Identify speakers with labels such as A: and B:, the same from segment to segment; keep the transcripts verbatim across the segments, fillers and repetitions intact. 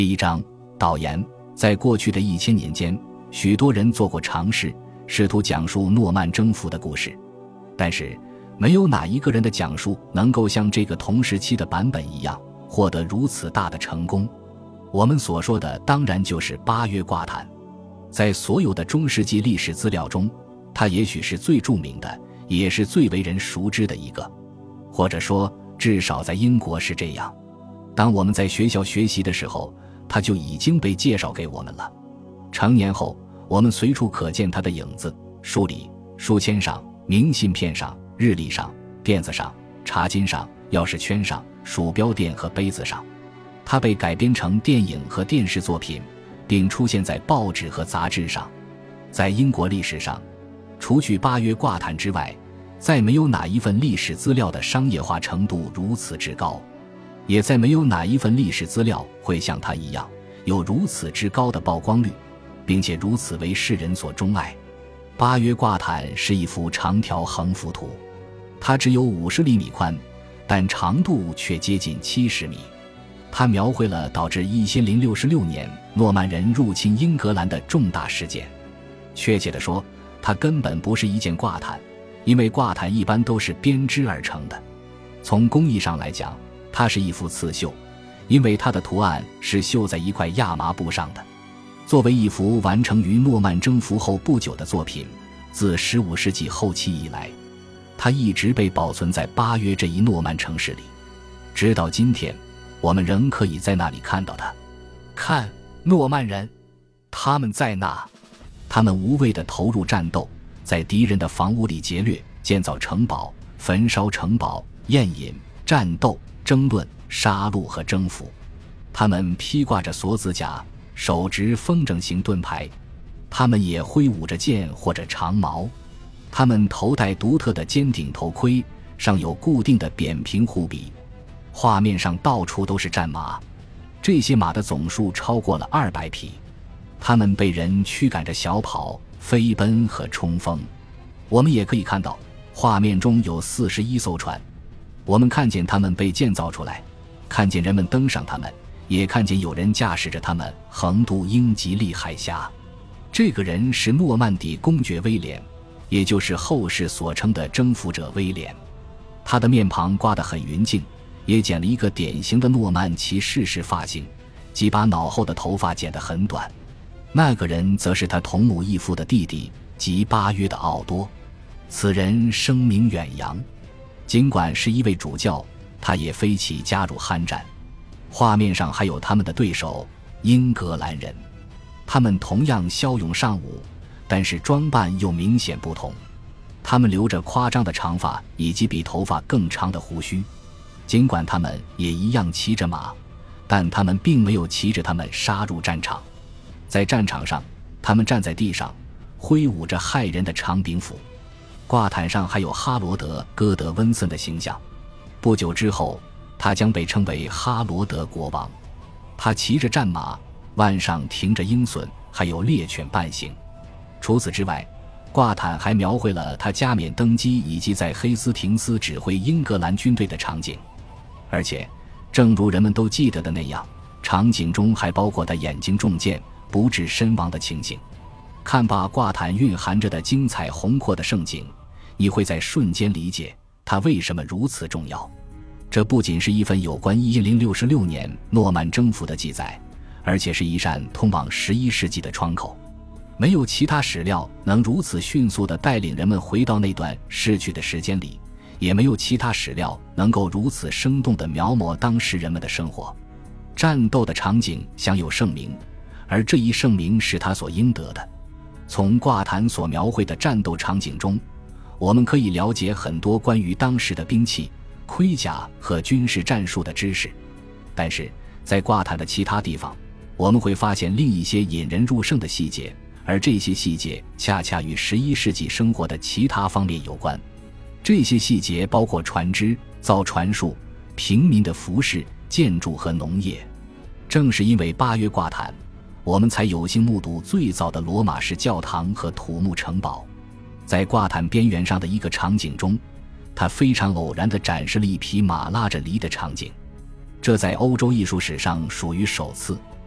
A: 第一章导言。在过去的一千年间，许多人做过尝试，试图讲述诺曼征服的故事，但是没有哪一个人的讲述能够像这个同时期的版本一样获得如此大的成功。我们所说的当然就是八约挂毯。在所有的中世纪历史资料中，它也许是最著名的，也是最为人熟知的一个，或者说至少在英国是这样。当我们在学校学习的时候，它就已经被介绍给我们了。成年后，我们随处可见它的影子，书里、书签上、明信片上、日历上、垫子上、茶巾上、钥匙圈上、鼠标垫和杯子上。它被改编成电影和电视作品，并出现在报纸和杂志上。在英国历史上，除去八约挂毯之外，再没有哪一份历史资料的商业化程度如此之高，也再没有哪一份历史资料会像它一样有如此之高的曝光率，并且如此为世人所钟爱。八约挂毯是一幅长条横幅图，它只有五十厘米宽，但长度却接近七十米。它描绘了导致一千零六十六年诺曼人入侵英格兰的重大事件。确切地说，它根本不是一件挂毯，因为挂毯一般都是编织而成的。从工艺上来讲，它是一幅刺绣，因为它的图案是绣在一块亚麻布上的。作为一幅完成于诺曼征服后不久的作品，自十五世纪后期以来，它一直被保存在巴约这一诺曼城市里。直到今天，我们仍可以在那里看到它。看，诺曼人，他们在那，他们无畏地投入战斗，在敌人的房屋里劫掠、建造城堡、焚烧城堡、宴饮、战斗、争论、杀戮和征服。他们披挂着锁子甲，手执风筝形盾牌，他们也挥舞着剑或者长矛。他们头戴独特的尖顶头盔，上有固定的扁平护鼻。画面上到处都是战马，这些马的总数超过了二百匹。他们被人驱赶着小跑、飞奔和冲锋。我们也可以看到，画面中有四十一艘船。我们看见它们被建造出来，看见人们登上它们，也看见有人驾驶着它们横渡英吉利海峡。这个人是诺曼底公爵威廉，也就是后世所称的征服者威廉。他的面庞刮得很匀净，也剪了一个典型的诺曼骑士式发型，即把脑后的头发剪得很短。那个人则是他同母异父的弟弟，即巴约的奥多。此人声名远扬，尽管是一位主教，他也飞起加入酣战。画面上还有他们的对手英格兰人，他们同样骁勇尚武，但是装扮又明显不同。他们留着夸张的长发以及比头发更长的胡须。尽管他们也一样骑着马，但他们并没有骑着他们杀入战场。在战场上，他们站在地上，挥舞着骇人的长柄斧。挂毯上还有哈罗德·戈德温森的形象。不久之后，他将被称为哈罗德国王。他骑着战马，腕上停着鹰隼，还有猎犬伴行。除此之外，挂毯还描绘了他加冕登基以及在黑斯廷斯指挥英格兰军队的场景。而且正如人们都记得的那样，场景中还包括他眼睛中箭不治身亡的情形。看罢挂毯蕴含着的精彩宏阔的盛景，你会在瞬间理解它为什么如此重要。这不仅是一份有关一零六六年诺曼征服的记载，而且是一扇通往十一世纪的窗口。没有其他史料能如此迅速地带领人们回到那段逝去的时间里，也没有其他史料能够如此生动地描摹当时人们的生活。战斗的场景享有盛名，而这一盛名是他所应得的。从挂毯所描绘的战斗场景中，我们可以了解很多关于当时的兵器、盔甲和军事战术的知识。但是在挂毯的其他地方，我们会发现另一些引人入胜的细节，而这些细节恰恰与十一世纪生活的其他方面有关。这些细节包括船只、造船术、平民的服饰、建筑和农业。正是因为八约挂毯，我们才有幸目睹最早的罗马式教堂和土木城堡。在挂毯边缘上的一个场景中，它非常偶然地展示了一匹马拉着犁的场景。这在欧洲艺术史上属于首次。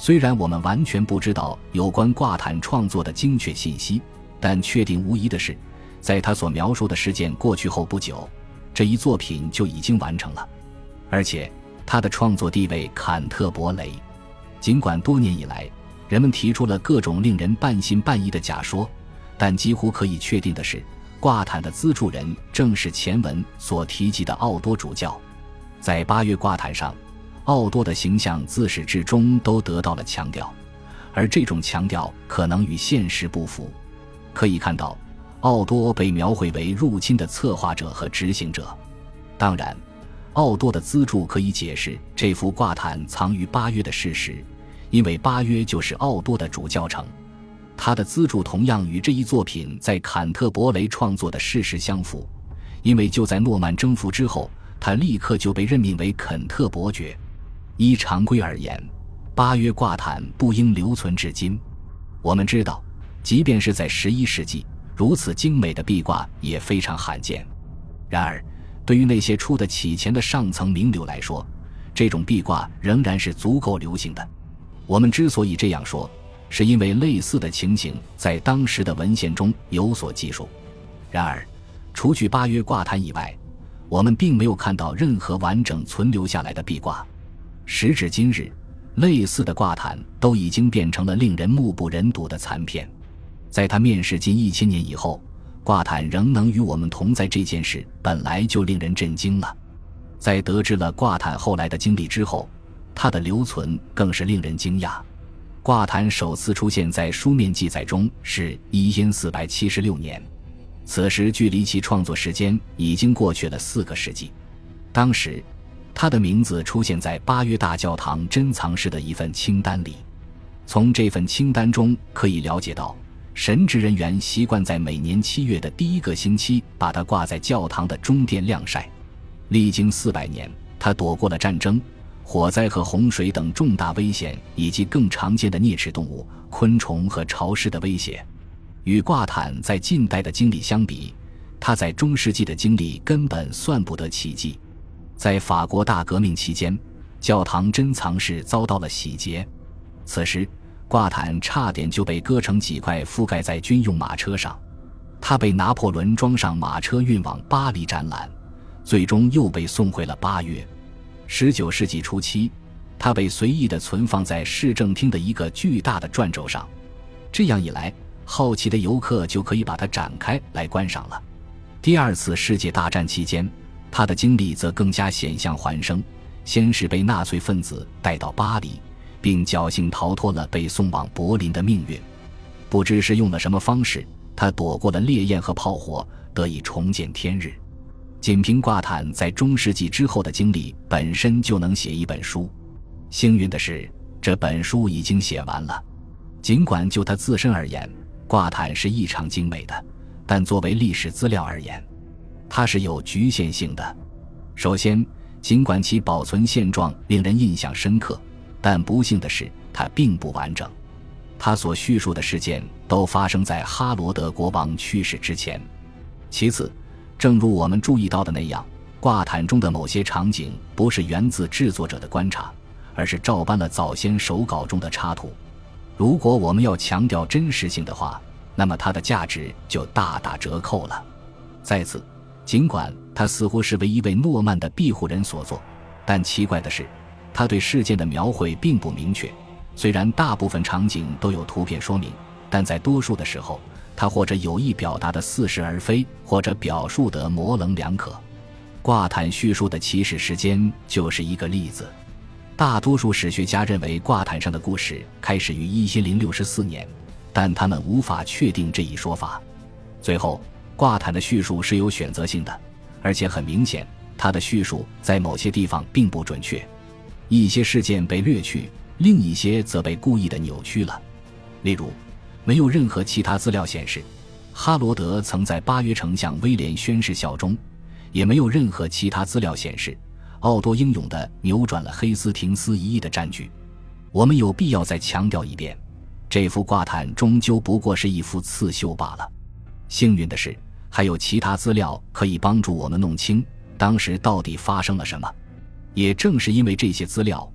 A: 虽然我们完全不知道有关挂毯创作的精确信息，但确定无疑的是，在他所描述的事件过去后不久，这一作品就已经完成了。而且他的创作地位坎特伯雷。尽管多年以来人们提出了各种令人半信半疑的假说，但几乎可以确定的是，挂毯的资助人正是前文所提及的奥多主教。在八月挂毯上，奥多的形象自始至终都得到了强调，而这种强调可能与现实不符。可以看到，奥多被描绘为入侵的策划者和执行者。当然，奥多的资助可以解释这幅挂毯藏于巴约的事实，因为巴约就是奥多的主教城。他的资助同样与这一作品在坎特伯雷创作的事实相符，因为就在诺曼征服之后，他立刻就被任命为肯特伯爵。依常规而言，巴约挂毯不应留存至今。我们知道，即便是在十一世纪，如此精美的壁挂也非常罕见。然而，对于那些出得起钱的上层名流来说，这种壁挂仍然是足够流行的。我们之所以这样说，是因为类似的情形在当时的文献中有所记述。然而，除去巴约挂毯以外，我们并没有看到任何完整存留下来的壁挂。时至今日，类似的挂毯都已经变成了令人目不忍睹的残片。在他面世近一千年以后，挂毯仍能与我们同在这件事本来就令人震惊了。在得知了挂毯后来的经历之后，它的留存更是令人惊讶。挂毯首次出现在书面记载中是一千四百七十六年，此时距离其创作时间已经过去了四个世纪。当时他的名字出现在巴约大教堂珍藏室的一份清单里。从这份清单中可以了解到，神职人员习惯在每年七月的第一个星期把它挂在教堂的中殿晾晒。历经四百年，他躲过了战争、火灾和洪水等重大危险，以及更常见的啮齿动物、昆虫和潮湿的威胁。与挂毯在近代的经历相比，他在中世纪的经历根本算不得奇迹。在法国大革命期间，教堂珍藏室遭到了洗劫，此时挂毯差点就被割成几块覆盖在军用马车上。它被拿破仑装上马车运往巴黎展览，最终又被送回了巴约。十九世纪初期，它被随意地存放在市政厅的一个巨大的转轴上，这样一来，好奇的游客就可以把它展开来观赏了。第二次世界大战期间，他的经历则更加险象环生，先是被纳粹分子带到巴黎，并侥幸逃脱了被送往柏林的命运。不知是用了什么方式，他躲过了烈焰和炮火，得以重见天日。仅凭挂毯在中世纪之后的经历本身就能写一本书。幸运的是，这本书已经写完了。尽管就它自身而言，挂毯是异常精美的，但作为历史资料而言，它是有局限性的。首先，尽管其保存现状令人印象深刻，但不幸的是，它并不完整。它所叙述的事件都发生在哈罗德国王去世之前。其次，正如我们注意到的那样，挂毯中的某些场景不是源自制作者的观察，而是照搬了早先手稿中的插图。如果我们要强调真实性的话，那么它的价值就大打折扣了。再次，尽管他似乎是为一位诺曼的庇护人所做，但奇怪的是，他对事件的描绘并不明确。虽然大部分场景都有图片说明，但在多数的时候，他或者有意表达的似是而非，或者表述的模棱两可。挂毯叙述的起始时间就是一个例子。大多数史学家认为挂毯上的故事开始于一千零六十四年，但他们无法确定这一说法。最后，挂毯的叙述是有选择性的，而且很明显，它的叙述在某些地方并不准确。一些事件被略去，另一些则被故意的扭曲了。例如，没有任何其他资料显示哈罗德曾在巴约城向威廉宣誓效忠，也没有任何其他资料显示奥多英勇地扭转了黑斯廷斯一役的战局。我们有必要再强调一遍，这幅挂毯终究不过是一幅刺绣罢了。幸运的是，还有其他资料可以帮助我们弄清当时到底发生了什么。也正是因为这些资料，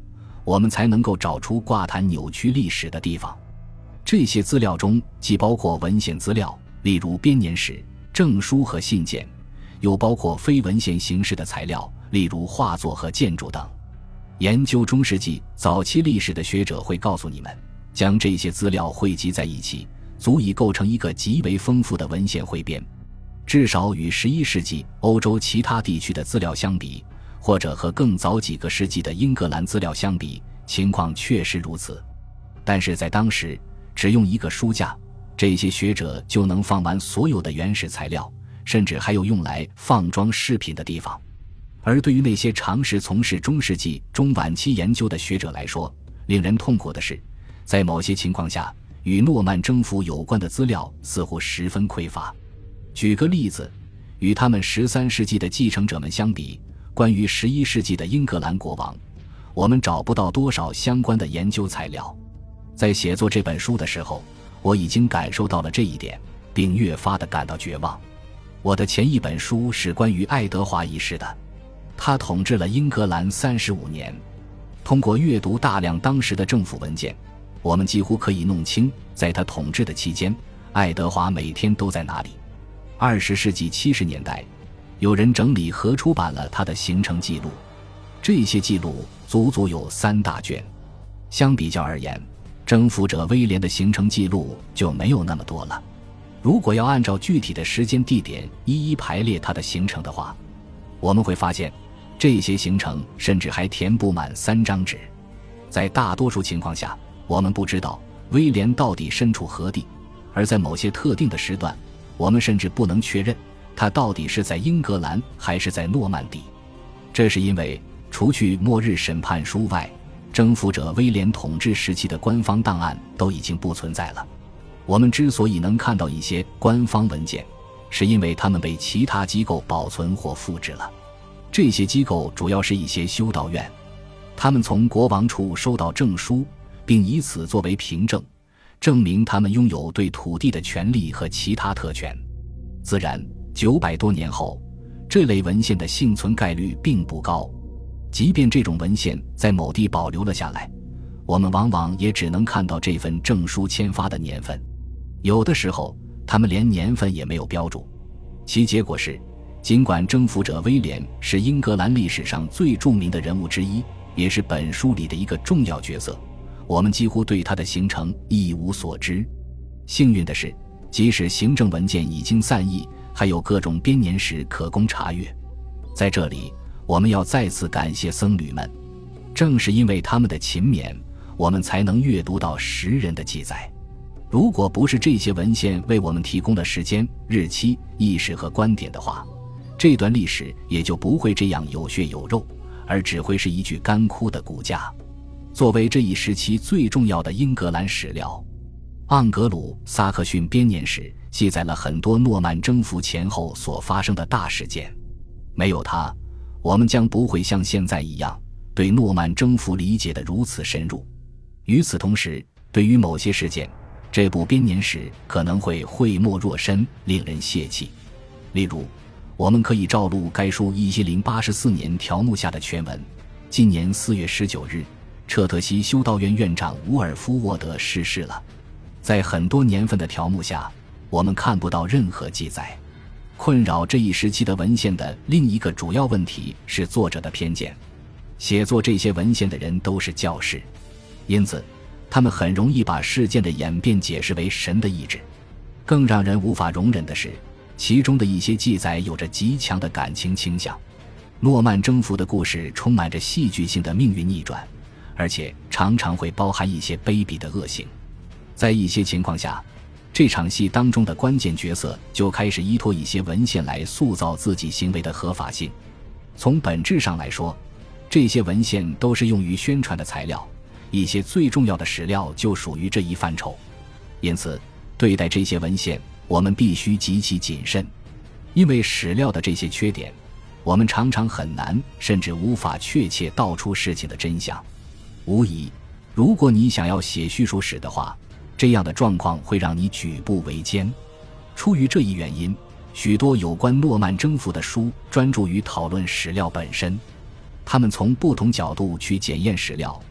A: 我们才能够找出挂谈扭曲历史的地方。这些资料中既包括文献资料，例如编年史、证书和信件，又包括非文献形式的材料，例如画作和建筑等。研究中世纪早期历史的学者会告诉你们，将这些资料汇集在一起，足以构成一个极为丰富的文献汇编。至少与十一世纪欧洲其他地区的资料相比，或者和更早几个世纪的英格兰资料相比，情况确实如此。但是在当时，只用一个书架，这些学者就能放完所有的原始材料，甚至还有用来放装饰品的地方。而对于那些尝试从事中世纪中晚期研究的学者来说，令人痛苦的是，在某些情况下，与诺曼征服有关的资料似乎十分匮乏。举个例子，与他们十三世纪的继承者们相比，关于十一世纪的英格兰国王，我们找不到多少相关的研究材料。在写作这本书的时候，我已经感受到了这一点，并越发地感到绝望。我的前一本书是关于爱德华一世的，他统治了英格兰三十五年。通过阅读大量当时的政府文件，我们几乎可以弄清，在他统治的期间，爱德华每天都在哪里。二十世纪七十年代，有人整理和出版了他的行程记录，这些记录足足有三大卷。相比较而言，征服者威廉的行程记录就没有那么多了。如果要按照具体的时间地点一一排列他的行程的话，我们会发现这些行程甚至还填不满三张纸。在大多数情况下，我们不知道威廉到底身处何地，而在某些特定的时段，我们甚至不能确认他到底是在英格兰还是在诺曼底。这是因为除去末日审判书外，征服者威廉统治时期的官方档案都已经不存在了。我们之所以能看到一些官方文件，是因为它们被其他机构保存或复制了。这些机构主要是一些修道院，他们从国王处收到证书，并以此作为凭证，证明他们拥有对土地的权利和其他特权。自然，九百多年后，这类文献的幸存概率并不高。即便这种文献在某地保留了下来，我们往往也只能看到这份证书签发的年份，有的时候他们连年份也没有标注。其结果是，尽管征服者威廉是英格兰历史上最著名的人物之一，也是本书里的一个重要角色，我们几乎对他的行程一无所知。幸运的是，即使行政文件已经散佚，还有各种编年史可供查阅。在这里，我们要再次感谢僧侣们，正是因为他们的勤勉，我们才能阅读到时人的记载。如果不是这些文献为我们提供了时间、日期、意识和观点的话，这段历史也就不会这样有血有肉，而只会是一具干枯的骨架。作为这一时期最重要的英格兰史料，盎格鲁撒克逊编年史记载了很多诺曼征服前后所发生的大事件。没有它，我们将不会像现在一样对诺曼征服理解得如此深入。与此同时，对于某些事件，这部编年史可能会讳莫若深，令人泄气。例如，我们可以照录该书一千零八十四年条目下的全文。今年四月十九日，彻特西修道院院长伍尔夫沃德逝世了。在很多年份的条目下，我们看不到任何记载。困扰这一时期的文献的另一个主要问题是作者的偏见。写作这些文献的人都是教士，因此他们很容易把事件的演变解释为神的意志。更让人无法容忍的是，其中的一些记载有着极强的感情倾向。诺曼征服的故事充满着戏剧性的命运逆转，而且常常会包含一些卑鄙的恶行。在一些情况下，这场戏当中的关键角色就开始依托一些文献来塑造自己行为的合法性。从本质上来说，这些文献都是用于宣传的材料，一些最重要的史料就属于这一范畴。因此，对待这些文献，我们必须极其谨慎。因为史料的这些缺点，我们常常很难甚至无法确切道出事情的真相。无疑，如果你想要写叙述史的话，这样的状况会让你举步维艰。出于这一原因，许多有关诺曼征服的书专注于讨论史料本身，他们从不同角度去检验史料，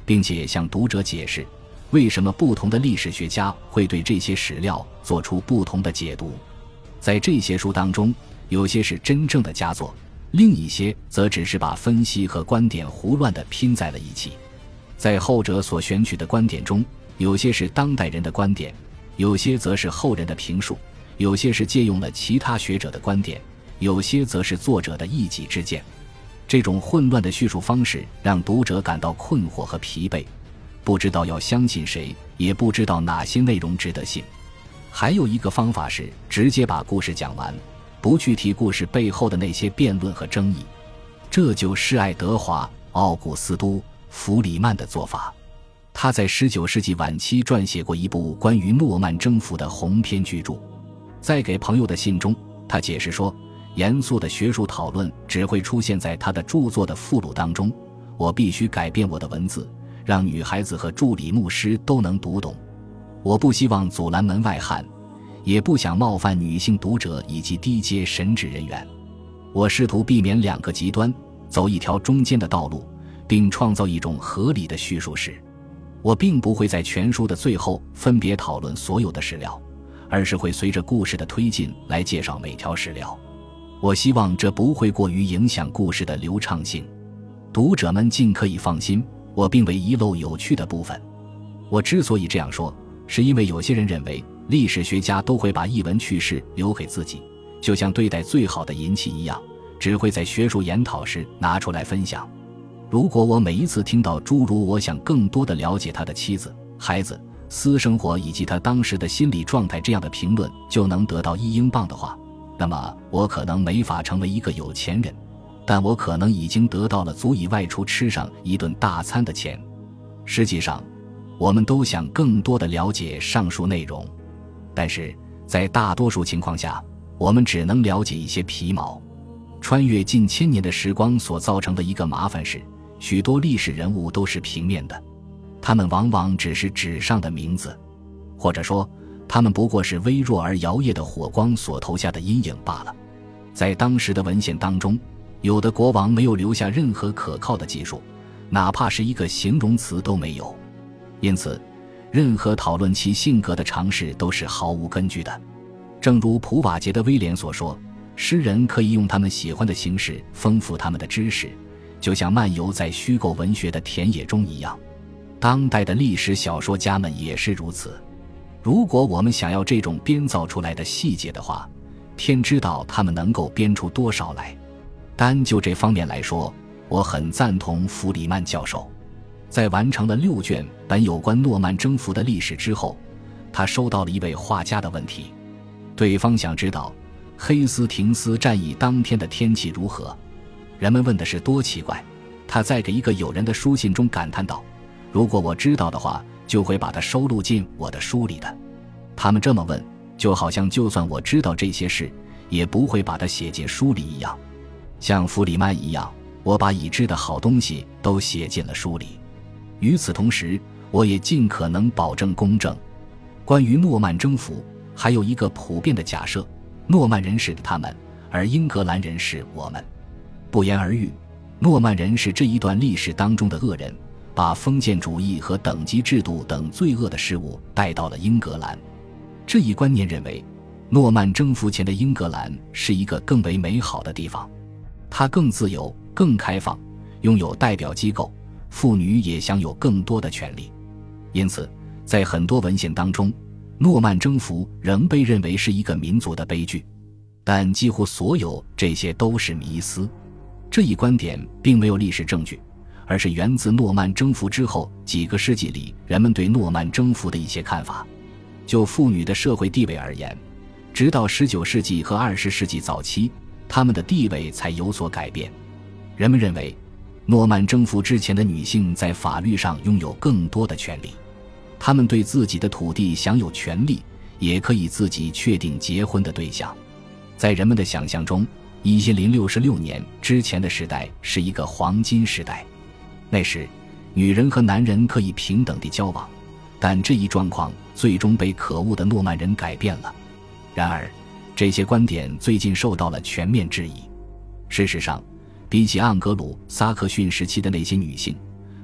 A: 并且向读者解释为什么不同的历史学家会对这些史料做出不同的解读。在这些书当中，有些是真正的佳作，另一些则只是把分析和观点胡乱地拼在了一起。在后者所选取的观点中，有些是当代人的观点，有些则是后人的评述，有些是借用了其他学者的观点，有些则是作者的一己之见。这种混乱的叙述方式让读者感到困惑和疲惫，不知道要相信谁，也不知道哪些内容值得信。还有一个方法是直接把故事讲完，不去提故事背后的那些辩论和争议，这就是爱德华·奥古斯都·弗里曼的做法。他在十九世纪晚期撰写过一部关于诺曼征服的鸿篇巨著。在给朋友的信中，他解释说，严肃的学术讨论只会出现在他的著作的附录当中，我必须改变我的文字，让女孩子和助理牧师都能读懂。我不希望阻拦门外汉，也不想冒犯女性读者以及低阶神职人员。我试图避免两个极端，走一条中间的道路，并创造一种合理的叙述史。我并不会在全书的最后分别讨论所有的史料，而是会随着故事的推进来介绍每条史料。我希望这不会过于影响故事的流畅性。读者们尽可以放心，我并未遗漏有趣的部分。我之所以这样说，是因为有些人认为历史学家都会把一文趣事留给自己，就像对待最好的银器一样，只会在学术研讨时拿出来分享。如果我每一次听到诸如我想更多地了解他的妻子、孩子、私生活以及他当时的心理状态这样的评论就能得到一英镑的话，那么我可能没法成为一个有钱人，但我可能已经得到了足以外出吃上一顿大餐的钱。实际上，我们都想更多地了解上述内容，但是在大多数情况下，我们只能了解一些皮毛。穿越近千年的时光所造成的一个麻烦是，许多历史人物都是平面的，他们往往只是纸上的名字，或者说他们不过是微弱而摇曳的火光所投下的阴影罢了。在当时的文献当中，有的国王没有留下任何可靠的记述，哪怕是一个形容词都没有。因此，任何讨论其性格的尝试都是毫无根据的。正如普瓦捷的威廉所说，诗人可以用他们喜欢的形式丰富他们的知识，就像漫游在虚构文学的田野中一样。当代的历史小说家们也是如此。如果我们想要这种编造出来的细节的话，天知道他们能够编出多少来。单就这方面来说，我很赞同弗里曼教授。在完成了六卷本有关诺曼征服的历史之后，他收到了一位画家的问题。对方想知道黑斯廷斯战役当天的天气如何。人们问的是多奇怪，他在给一个友人的书信中感叹道，如果我知道的话，就会把它收录进我的书里的。他们这么问，就好像就算我知道这些事，也不会把它写进书里一样。像弗里曼一样，我把已知的好东西都写进了书里。与此同时，我也尽可能保证公正。关于诺曼征服，还有一个普遍的假设，诺曼人是他们，而英格兰人是我们。不言而喻，诺曼人是这一段历史当中的恶人，把封建主义和等级制度等罪恶的事物带到了英格兰。这一观念认为，诺曼征服前的英格兰是一个更为美好的地方，它更自由、更开放，拥有代表机构，妇女也享有更多的权利。因此，在很多文献当中，诺曼征服仍被认为是一个民族的悲剧。但几乎所有这些都是迷思。这一观点并没有历史证据，而是源自诺曼征服之后几个世纪里人们对诺曼征服的一些看法。就妇女的社会地位而言，直到十九世纪和二十世纪早期，她们的地位才有所改变。人们认为，诺曼征服之前的女性在法律上拥有更多的权利，她们对自己的土地享有权利，也可以自己确定结婚的对象。在人们的想象中，一千零六十六年之前的时代是一个黄金时代，那时女人和男人可以平等地交往，但这一状况最终被可恶的诺曼人改变了。然而，这些观点最近受到了全面质疑。事实上，比起盎格鲁撒克逊时期的那些女性，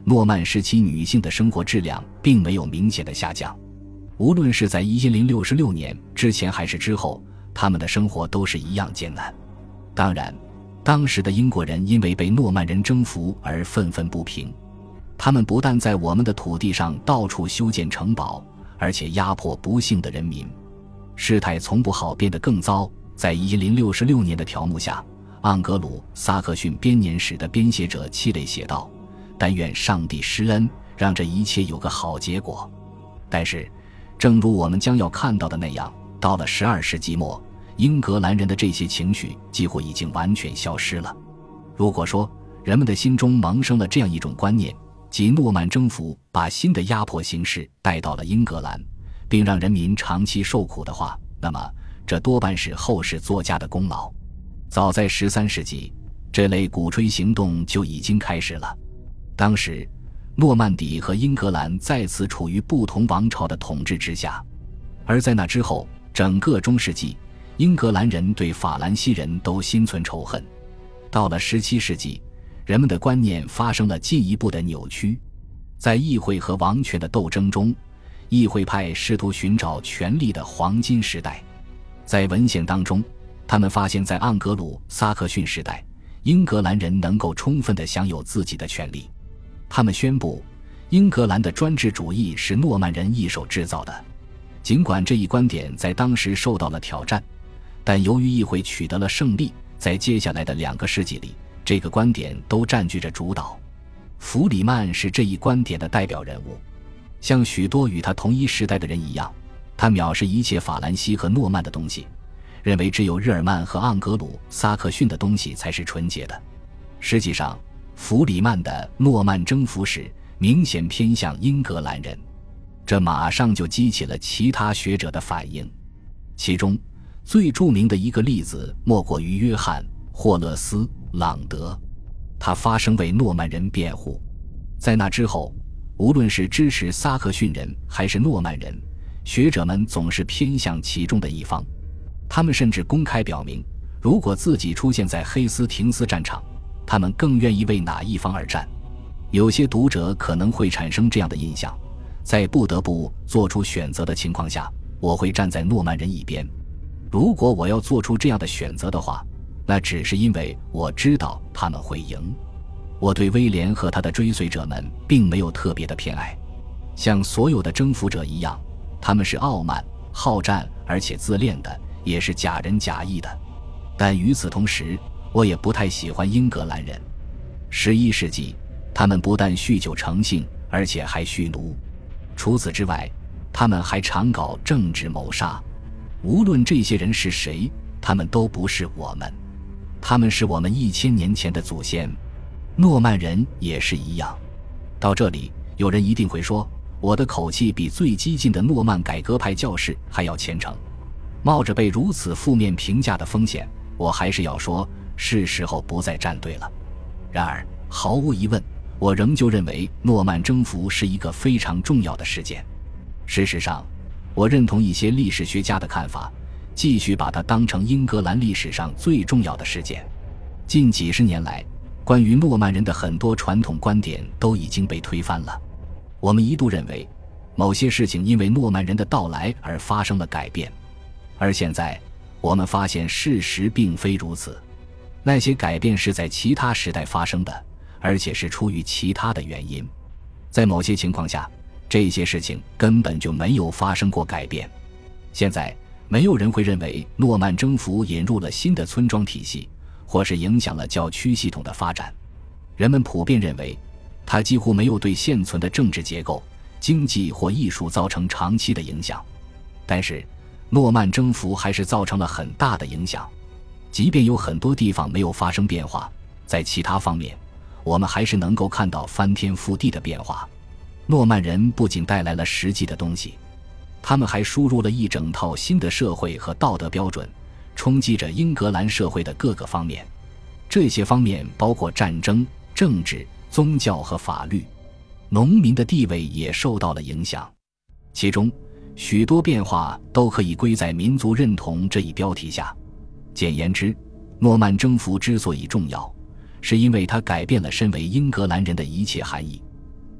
A: 诺曼时期女性的生活质量并没有明显的下降，无论是在一千零六十六年之前还是之后，她们的生活都是一样艰难。当然，当时的英国人因为被诺曼人征服而愤愤不平，他们不但在我们的土地上到处修建城堡，而且压迫不幸的人民。事态从不好变得更糟。在一千零六十六年的条目下，盎格鲁撒克逊编年史的编写者泣泪写道：但愿上帝施恩，让这一切有个好结果。但是正如我们将要看到的那样，到了十二世纪末，英格兰人的这些情绪几乎已经完全消失了。如果说人们的心中萌生了这样一种观念，即诺曼征服把新的压迫形式带到了英格兰，并让人民长期受苦的话，那么这多半是后世作家的功劳。早在十三世纪，这类鼓吹行动就已经开始了。当时诺曼底和英格兰再次处于不同王朝的统治之下，而在那之后，整个中世纪，英格兰人对法兰西人都心存仇恨。到了十七世纪，人们的观念发生了进一步的扭曲。在议会和王权的斗争中，议会派试图寻找权力的黄金时代。在文献当中，他们发现在盎格鲁撒克逊时代，英格兰人能够充分地享有自己的权利。他们宣布，英格兰的专制主义是诺曼人一手制造的。尽管这一观点在当时受到了挑战，但由于议会取得了胜利，在接下来的两个世纪里，这个观点都占据着主导。弗里曼是这一观点的代表人物。像许多与他同一时代的人一样，他藐视一切法兰西和诺曼的东西，认为只有日耳曼和盎格鲁撒克逊的东西才是纯洁的。实际上，弗里曼的诺曼征服史明显偏向英格兰人，这马上就激起了其他学者的反应。其中最著名的一个例子莫过于约翰·霍勒斯·朗德，他发声为诺曼人辩护。在那之后，无论是支持撒克逊人还是诺曼人，学者们总是偏向其中的一方。他们甚至公开表明，如果自己出现在黑斯廷斯战场，他们更愿意为哪一方而战。有些读者可能会产生这样的印象，在不得不做出选择的情况下，我会站在诺曼人一边。如果我要做出这样的选择的话，那只是因为我知道他们会赢。我对威廉和他的追随者们并没有特别的偏爱，像所有的征服者一样，他们是傲慢、好战而且自恋的，也是假仁假义的。但与此同时，我也不太喜欢英格兰人。十一世纪，他们不但酗酒成性，而且还蓄奴。除此之外，他们还常搞政治谋杀。无论这些人是谁，他们都不是我们，他们是我们一千年前的祖先。诺曼人也是一样。到这里，有人一定会说，我的口气比最激进的诺曼改革派教士还要虔诚。冒着被如此负面评价的风险，我还是要说，是时候不再站队了。然而，毫无疑问，我仍旧认为诺曼征服是一个非常重要的事件。事实上，我认同一些历史学家的看法，继续把它当成英格兰历史上最重要的事件。近几十年来，关于诺曼人的很多传统观点都已经被推翻了。我们一度认为，某些事情因为诺曼人的到来而发生了改变，而现在我们发现事实并非如此。那些改变是在其他时代发生的，而且是出于其他的原因。在某些情况下，这些事情根本就没有发生过改变。现在没有人会认为诺曼征服引入了新的村庄体系，或是影响了教区系统的发展。人们普遍认为，它几乎没有对现存的政治结构、经济或艺术造成长期的影响。但是，诺曼征服还是造成了很大的影响。即便有很多地方没有发生变化，在其他方面，我们还是能够看到翻天覆地的变化。诺曼人不仅带来了实际的东西，他们还输入了一整套新的社会和道德标准，冲击着英格兰社会的各个方面。这些方面包括战争、政治、宗教和法律。农民的地位也受到了影响，其中许多变化都可以归在民族认同这一标题下。简言之，诺曼征服之所以重要，是因为它改变了身为英格兰人的一切含义。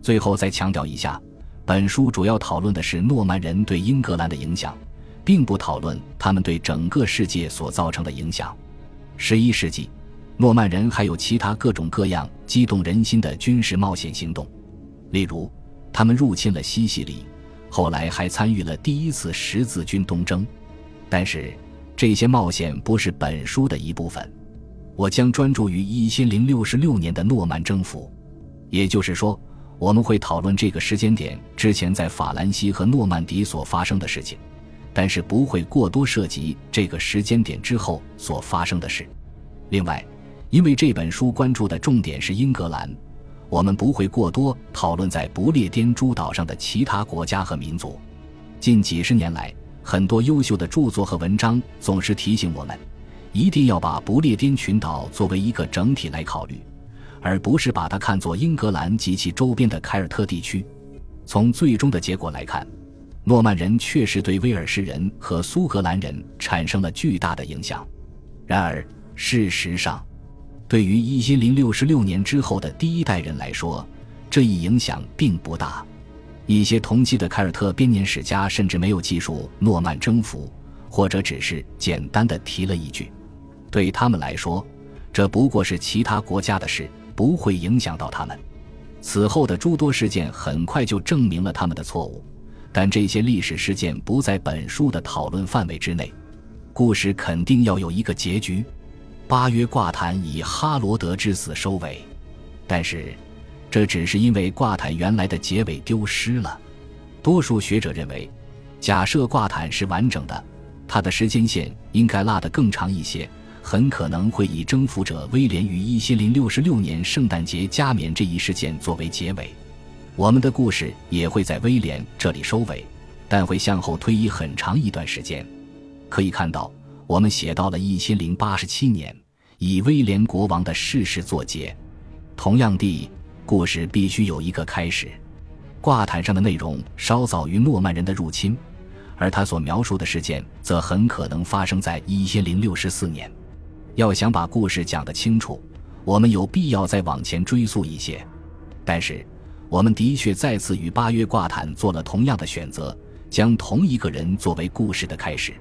A: 最后再强调一下，本书主要讨论的是诺曼人对英格兰的影响，并不讨论他们对整个世界所造成的影响。十一世纪，诺曼人还有其他各种各样激动人心的军事冒险行动，例如他们入侵了西西里，后来还参与了第一次十字军东征。但是这些冒险不是本书的一部分，我将专注于一千零六十六年的诺曼征服。也就是说，我们会讨论这个时间点之前在法兰西和诺曼底所发生的事情，但是不会过多涉及这个时间点之后所发生的事。另外，因为这本书关注的重点是英格兰，我们不会过多讨论在不列颠诸岛上的其他国家和民族。近几十年来，很多优秀的著作和文章总是提醒我们，一定要把不列颠群岛作为一个整体来考虑，而不是把它看作英格兰及其周边的凯尔特地区。从最终的结果来看，诺曼人确实对威尔士人和苏格兰人产生了巨大的影响。然而事实上，对于一千零六十六年之后的第一代人来说，这一影响并不大。一些同期的凯尔特编年史家甚至没有记述诺曼征服，或者只是简单的提了一句。对他们来说，这不过是其他国家的事，不会影响到他们。此后的诸多事件很快就证明了他们的错误，但这些历史事件不在本书的讨论范围之内。故事肯定要有一个结局。八约挂毯以哈罗德之死收尾，但是这只是因为挂毯原来的结尾丢失了。多数学者认为，假设挂毯是完整的，它的时间线应该拉得更长一些，很可能会以征服者威廉于一千零六十六年圣诞节加冕这一事件作为结尾。我们的故事也会在威廉这里收尾，但会向后推移很长一段时间。可以看到，我们写到了一千零八十七年，以威廉国王的逝世作结。同样地，故事必须有一个开始。挂毯上的内容稍早于诺曼人的入侵，而他所描述的事件则很可能发生在一千零六十四年。要想把故事讲得清楚，我们有必要再往前追溯一些。但是我们的确再次与八约挂毯做了同样的选择，将同一个人作为故事的开始。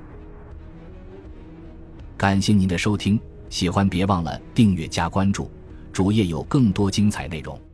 A: 感谢您的收听，喜欢别忘了订阅加关注，主页有更多精彩内容。